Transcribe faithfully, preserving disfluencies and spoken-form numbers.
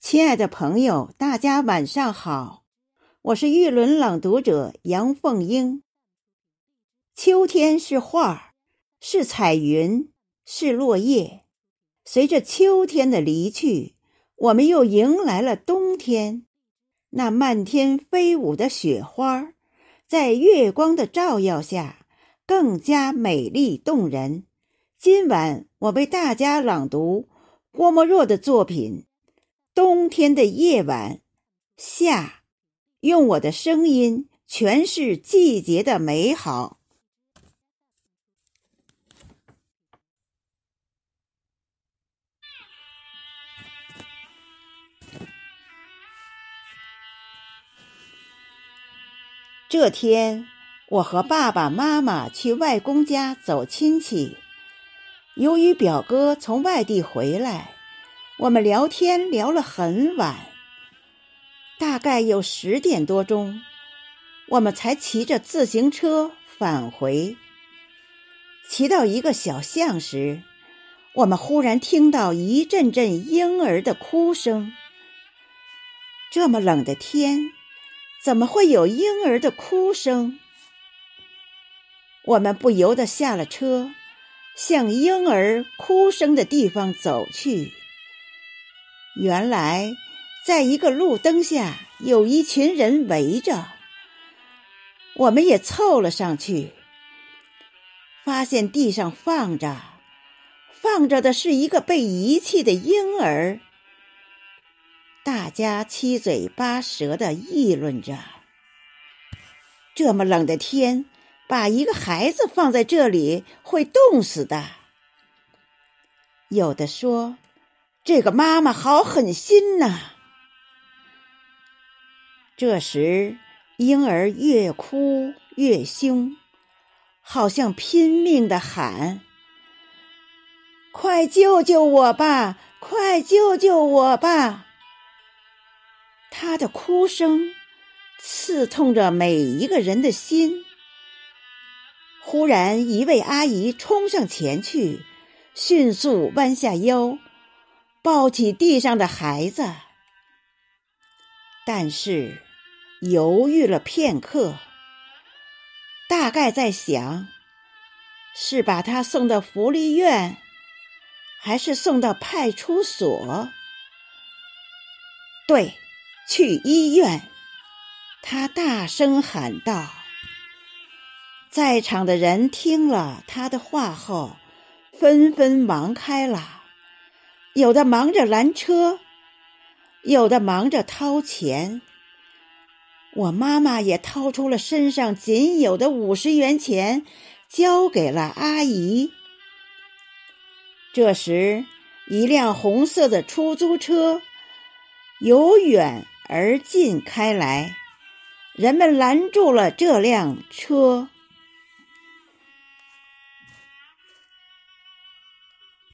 亲爱的朋友，大家晚上好，我是玉轮朗读者杨凤英。秋天是画，是彩云，是落叶。随着秋天的离去，我们又迎来了冬天。那漫天飞舞的雪花，在月光的照耀下，更加美丽动人。今晚我为大家朗读郭沫若的作品《冬天的夜晚》夏，用我的声音诠释季节的美好。这天，我和爸爸妈妈去外公家走亲戚。由于表哥从外地回来，我们聊天聊了很晚，大概有十点多钟，我们才骑着自行车返回。骑到一个小巷时，我们忽然听到一阵阵婴儿的哭声。这么冷的天，怎么会有婴儿的哭声？我们不由得下了车，向婴儿哭声的地方走去。原来，在一个路灯下，有一群人围着。我们也凑了上去，发现地上放着，放着的是一个被遗弃的婴儿。大家七嘴八舌地议论着，这么冷的天，把一个孩子放在这里会冻死的。有的说，这个妈妈好狠心呐。这时，婴儿越哭越凶，好像拼命地喊：快救救我吧，快救救我吧！他的哭声刺痛着每一个人的心。忽然，一位阿姨冲上前去，迅速弯下腰，抱起地上的孩子，但是犹豫了片刻，大概在想，是把他送到福利院，还是送到派出所？对，去医院！他大声喊道。在场的人听了他的话后，纷纷忙开了，有的忙着拦车，有的忙着掏钱。我妈妈也掏出了身上仅有的五十元钱，交给了阿姨。这时，一辆红色的出租车由远而近开来，人们拦住了这辆车。